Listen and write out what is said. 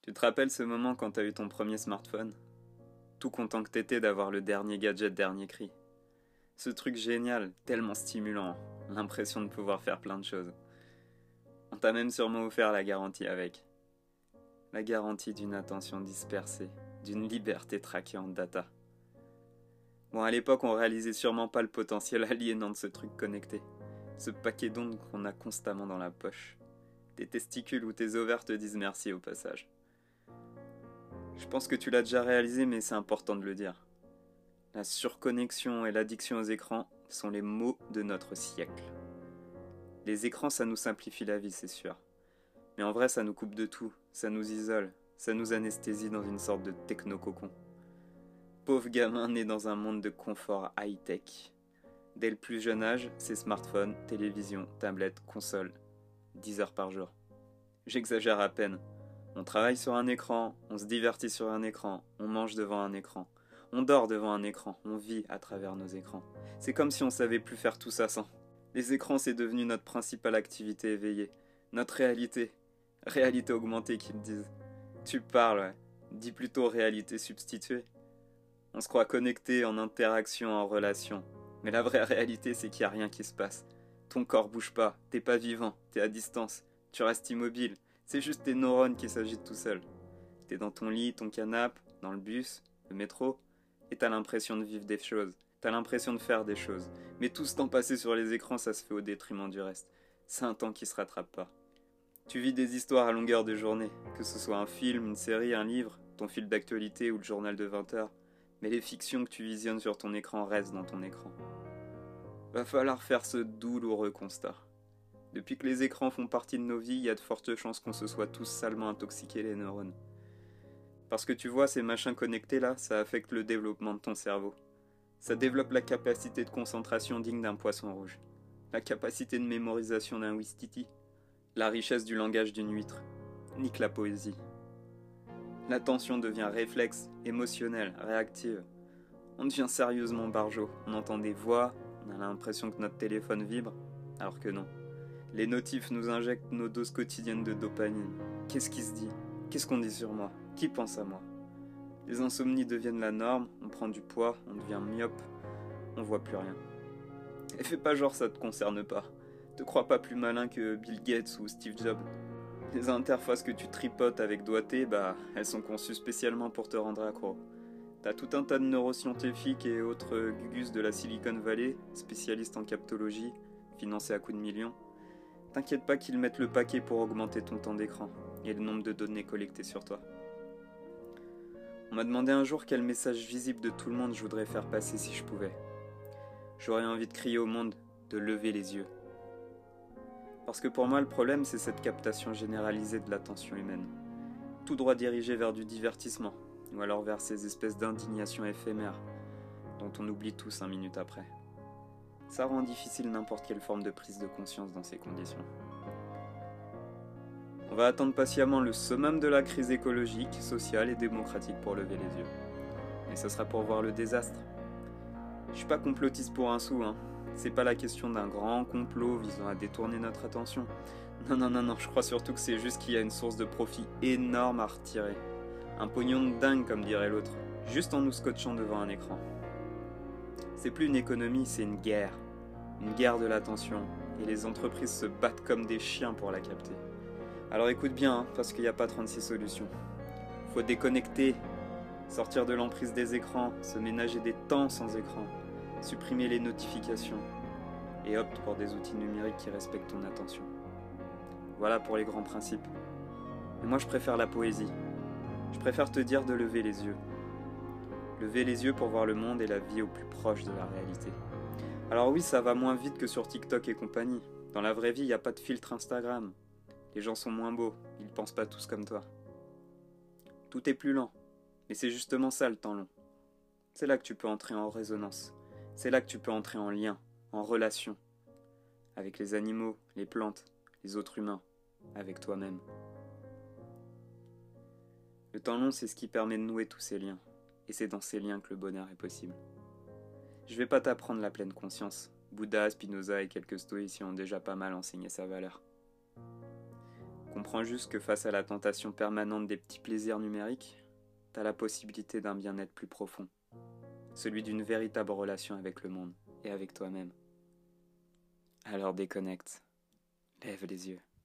Tu te rappelles ce moment quand t'as eu ton premier smartphone? Tout content que t'étais d'avoir le dernier gadget dernier cri. Ce truc génial, tellement stimulant, l'impression de pouvoir faire plein de choses. On t'a même sûrement offert la garantie avec. La garantie d'une attention dispersée, d'une liberté traquée en data. Bon, à l'époque, on réalisait sûrement pas le potentiel aliénant de ce truc connecté. Ce paquet d'ondes qu'on a constamment dans la poche. Tes testicules ou tes ovaires te disent merci au passage. Je pense que tu l'as déjà réalisé, mais c'est important de le dire. La surconnexion et l'addiction aux écrans sont les maux de notre siècle. Les écrans, ça nous simplifie la vie, c'est sûr. Mais en vrai, ça nous coupe de tout, ça nous isole, ça nous anesthésie dans une sorte de techno-cocon. Pauvre gamin né dans un monde de confort high-tech. Dès le plus jeune âge, c'est smartphones, télévision, tablettes, consoles. 10 heures par jour. J'exagère à peine. On travaille sur un écran, on se divertit sur un écran, on mange devant un écran. On dort devant un écran, on vit à travers nos écrans. C'est comme si on savait plus faire tout ça sans. Les écrans, c'est devenu notre principale activité éveillée. Notre réalité. Réalité augmentée, qu'ils disent. Tu parles, ouais. Dis plutôt réalité substituée. On se croit connecté, en interaction, en relation. Mais la vraie réalité, c'est qu'il n'y a rien qui se passe. Ton corps bouge pas, t'es pas vivant, t'es à distance. Tu restes immobile. C'est juste tes neurones qui s'agitent tout seuls. T'es dans ton lit, ton canapé, dans le bus, le métro, et t'as l'impression de vivre des choses. T'as l'impression de faire des choses. Mais tout ce temps passé sur les écrans, ça se fait au détriment du reste. C'est un temps qui se rattrape pas. Tu vis des histoires à longueur de journée, que ce soit un film, une série, un livre, ton fil d'actualité ou le journal de 20 heures. Mais les fictions que tu visionnes sur ton écran restent dans ton écran. Va falloir faire ce douloureux constat. Depuis que les écrans font partie de nos vies, il y a de fortes chances qu'on se soit tous salement intoxiqués les neurones. Parce que tu vois, ces machins connectés là, ça affecte le développement de ton cerveau. Ça développe la capacité de concentration digne d'un poisson rouge, la capacité de mémorisation d'un ouistiti, la richesse du langage d'une huître, nique la poésie. L'attention devient réflexe, émotionnelle, réactive. On devient sérieusement barjot, on entend des voix, on a l'impression que notre téléphone vibre, alors que non. Les notifs nous injectent nos doses quotidiennes de dopamine. Qu'est-ce qui se dit? Qu'est-ce qu'on dit sur moi? Qui pense à moi? Les insomnies deviennent la norme, on prend du poids, on devient myope, on voit plus rien. Et fais pas genre ça te concerne pas. Te crois pas plus malin que Bill Gates ou Steve Jobs. Les interfaces que tu tripotes avec doigté, elles sont conçues spécialement pour te rendre accro. T'as tout un tas de neuroscientifiques et autres gugus de la Silicon Valley, spécialistes en captologie, financés à coups de millions. T'inquiète pas qu'ils mettent le paquet pour augmenter ton temps d'écran et le nombre de données collectées sur toi. On m'a demandé un jour quel message visible de tout le monde je voudrais faire passer si je pouvais. J'aurais envie de crier au monde de lever les yeux. Parce que pour moi, le problème, c'est cette captation généralisée de l'attention humaine. Tout droit dirigé vers du divertissement, ou alors vers ces espèces d'indignation éphémères, dont on oublie tout 5 minutes après. Ça rend difficile n'importe quelle forme de prise de conscience dans ces conditions. On va attendre patiemment le summum de la crise écologique, sociale et démocratique pour lever les yeux. Mais ce sera pour voir le désastre. Je suis pas complotiste pour un sou, hein. C'est pas la question d'un grand complot visant à détourner notre attention. Non, je crois surtout que c'est juste qu'il y a une source de profit énorme à retirer. Un pognon de dingue, comme dirait l'autre, juste en nous scotchant devant un écran. C'est plus une économie, c'est une guerre. Une guerre de l'attention. Et les entreprises se battent comme des chiens pour la capter. Alors écoute bien, hein, parce qu'il n'y a pas 36 solutions. Faut déconnecter, sortir de l'emprise des écrans, se ménager des temps sans écran, supprimer les notifications, et opte pour des outils numériques qui respectent ton attention. Voilà pour les grands principes. Mais moi je préfère la poésie. Je préfère te dire de lever les yeux. Lever les yeux pour voir le monde et la vie au plus proche de la réalité. Alors oui, ça va moins vite que sur TikTok et compagnie. Dans la vraie vie, il n'y a pas de filtre Instagram. Les gens sont moins beaux, ils pensent pas tous comme toi. Tout est plus lent, mais c'est justement ça le temps long. C'est là que tu peux entrer en résonance. C'est là que tu peux entrer en lien, en relation. Avec les animaux, les plantes, les autres humains, avec toi-même. Le temps long, c'est ce qui permet de nouer tous ces liens. Et c'est dans ces liens que le bonheur est possible. Je vais pas t'apprendre la pleine conscience. Bouddha, Spinoza et quelques stoïciens ont déjà pas mal enseigné sa valeur. Comprends juste que face à la tentation permanente des petits plaisirs numériques, t'as la possibilité d'un bien-être plus profond, celui d'une véritable relation avec le monde et avec toi-même. Alors déconnecte, lève les yeux.